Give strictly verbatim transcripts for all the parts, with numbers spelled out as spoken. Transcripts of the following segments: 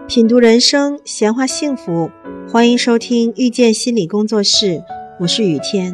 品读人生，闲话幸福，欢迎收听遇见心理工作室，我是雨天。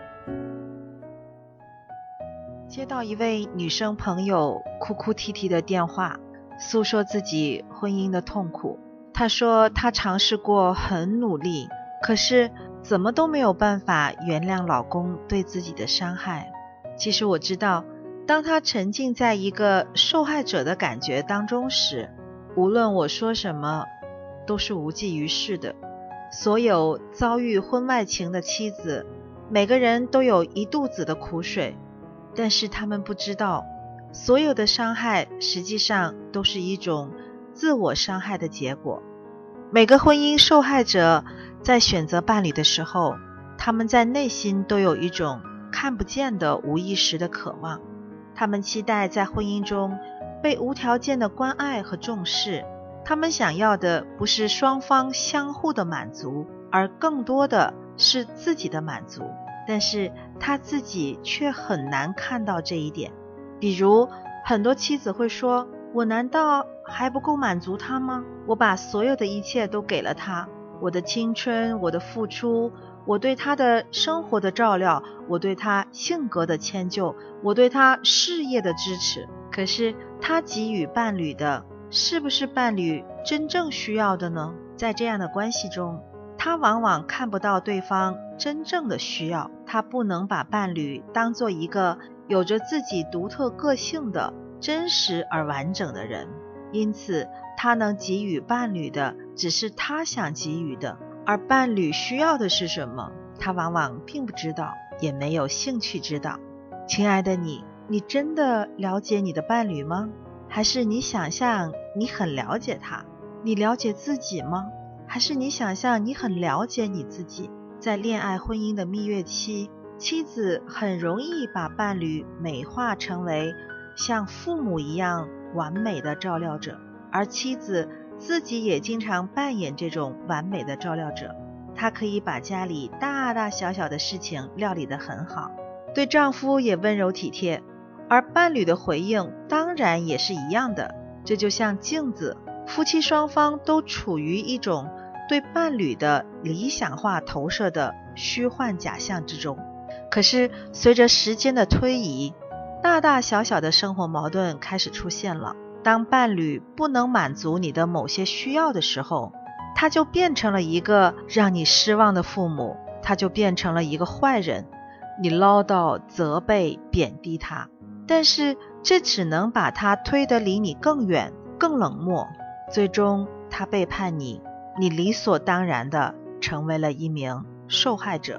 接到一位女生朋友哭哭啼啼的电话，诉说自己婚姻的痛苦。她说她尝试过很努力，可是怎么都没有办法原谅老公对自己的伤害。其实我知道，当她沉浸在一个受害者的感觉当中时，无论我说什么都是无济于事的。所有遭遇婚外情的妻子，每个人都有一肚子的苦水，但是他们不知道，所有的伤害实际上都是一种自我伤害的结果。每个婚姻受害者在选择伴侣的时候，他们在内心都有一种看不见的无意识的渴望。他们期待在婚姻中被无条件的关爱和重视，他们想要的不是双方相互的满足，而更多的是自己的满足。但是他自己却很难看到这一点。比如很多妻子会说，我难道还不够满足他吗？我把所有的一切都给了他，我的青春，我的付出，我对他的生活的照料，我对他性格的迁就，我对他事业的支持。可是他给予伴侣的是不是伴侣真正需要的呢？在这样的关系中，他往往看不到对方真正的需要，他不能把伴侣当作一个有着自己独特个性的真实而完整的人，因此他能给予伴侣的只是他想给予的，而伴侣需要的是什么，他往往并不知道，也没有兴趣知道。亲爱的你，你真的了解你的伴侣吗？还是你想象你很了解他？你了解自己吗？还是你想象你很了解你自己？在恋爱婚姻的蜜月期，妻子很容易把伴侣美化成为像父母一样完美的照料者，而妻子自己也经常扮演这种完美的照料者。她可以把家里大大小小的事情料理得很好，对丈夫也温柔体贴，而伴侣的回应当然也是一样的。这就像镜子，夫妻双方都处于一种对伴侣的理想化投射的虚幻假象之中。可是随着时间的推移，大大小小的生活矛盾开始出现了。当伴侣不能满足你的某些需要的时候，他就变成了一个让你失望的父母，他就变成了一个坏人，你唠叨、责备、贬低他，但是这只能把他推得离你更远、更冷漠，最终他背叛你，你理所当然地成为了一名受害者。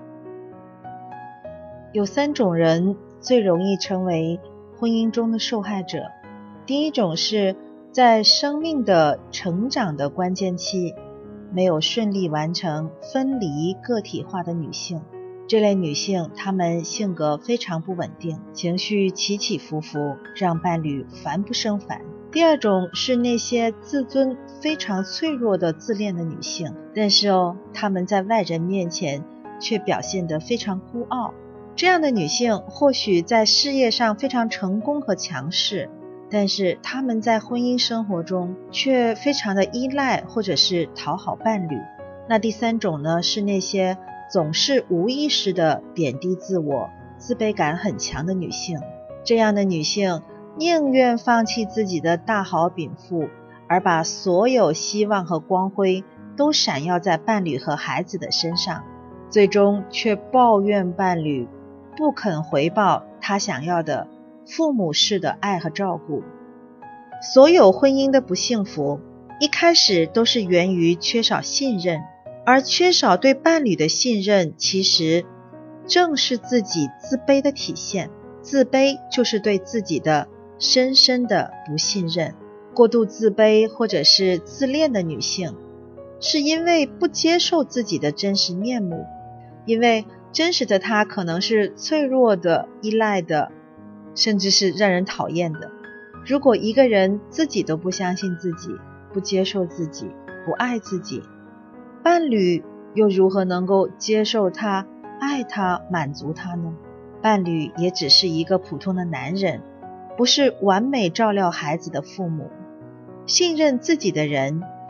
有三种人最容易成为婚姻中的受害者。第一种是在生命的成长的关键期没有顺利完成分离个体化的女性。这类女性她们性格非常不稳定，情绪起起伏伏，让伴侣烦不胜烦。第二种是那些自尊非常脆弱的自恋的女性，但是哦，她们在外人面前却表现得非常孤傲。这样的女性或许在事业上非常成功和强势，但是她们在婚姻生活中却非常的依赖或者是讨好伴侣。那第三种呢，是那些总是无意识的贬低自我、自卑感很强的女性。这样的女性宁愿放弃自己的大好禀赋，而把所有希望和光辉都闪耀在伴侣和孩子的身上，最终却抱怨伴侣不肯回报他想要的父母式的爱和照顾。所有婚姻的不幸福一开始都是源于缺少信任，而缺少对伴侣的信任其实正是自己自卑的体现。自卑就是对自己的深深的不信任。过度自卑或者是自恋的女性，是因为不接受自己的真实面目，因为真实的她可能是脆弱的、依赖的，甚至是让人讨厌的。如果一个人自己都不相信自己，不接受自己，不爱自己，伴侣又如何能够接受他、爱他、满足他呢？伴侣也只是一个普通的男人，不是完美照料孩子的父母。信任自己的人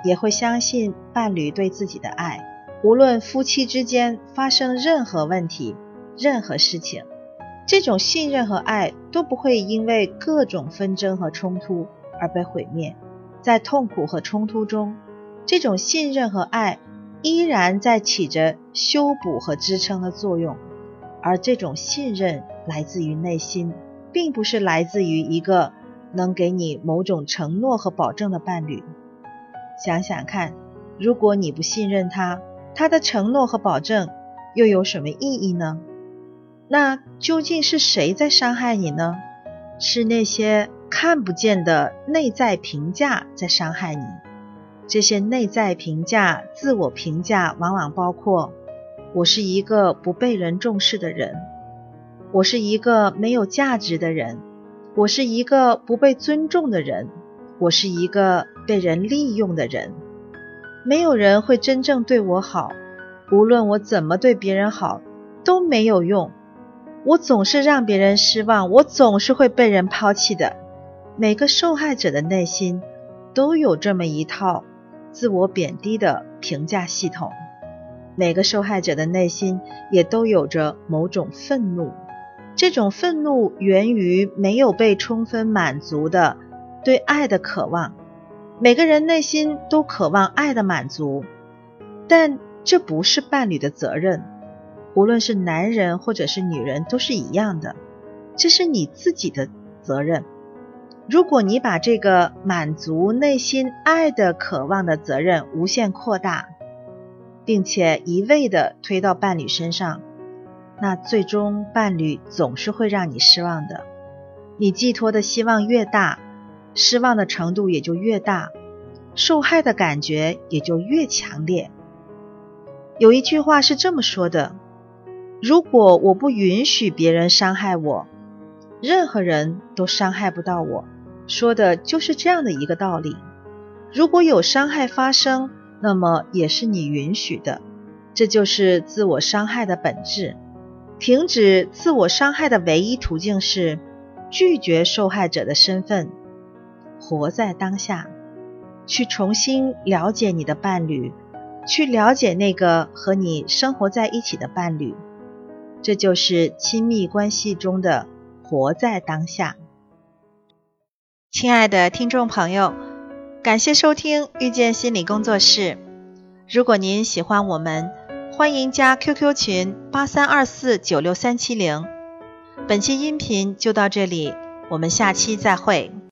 也会相信伴侣对自己的爱。无论夫妻之间发生任何问题，任何事情，这种信任和爱都不会因为各种纷争和冲突而被毁灭。在痛苦和冲突中，这种信任和爱依然在起着修补和支撑的作用，而这种信任来自于内心，并不是来自于一个能给你某种承诺和保证的伴侣。想想看，如果你不信任他，他的承诺和保证又有什么意义呢？那究竟是谁在伤害你呢？是那些看不见的内在评价在伤害你。这些内在评价、自我评价往往包括：我是一个不被人重视的人，我是一个没有价值的人，我是一个不被尊重的人，我是一个被人利用的人。没有人会真正对我好，无论我怎么对别人好都没有用，我总是让别人失望，我总是会被人抛弃的。每个受害者的内心都有这么一套自我贬低的评价系统，每个受害者的内心也都有着某种愤怒，这种愤怒源于没有被充分满足的对爱的渴望。每个人内心都渴望爱的满足，但这不是伴侣的责任，无论是男人或者是女人都是一样的，这是你自己的责任。如果你把这个满足内心爱的渴望的责任无限扩大，并且一味地推到伴侣身上，那最终伴侣总是会让你失望的。你寄托的希望越大，失望的程度也就越大，受害的感觉也就越强烈。有一句话是这么说的：如果我不允许别人伤害我，任何人都伤害不到我。说的就是这样的一个道理。如果有伤害发生，那么也是你允许的，这就是自我伤害的本质。停止自我伤害的唯一途径是拒绝受害者的身份，活在当下，去重新了解你的伴侣，去了解那个和你生活在一起的伴侣。这就是亲密关系中的活在当下。亲爱的听众朋友，感谢收听遇见心理工作室。如果您喜欢我们，欢迎加 Q Q 群八三二四九六三七零。本期音频就到这里，我们下期再会。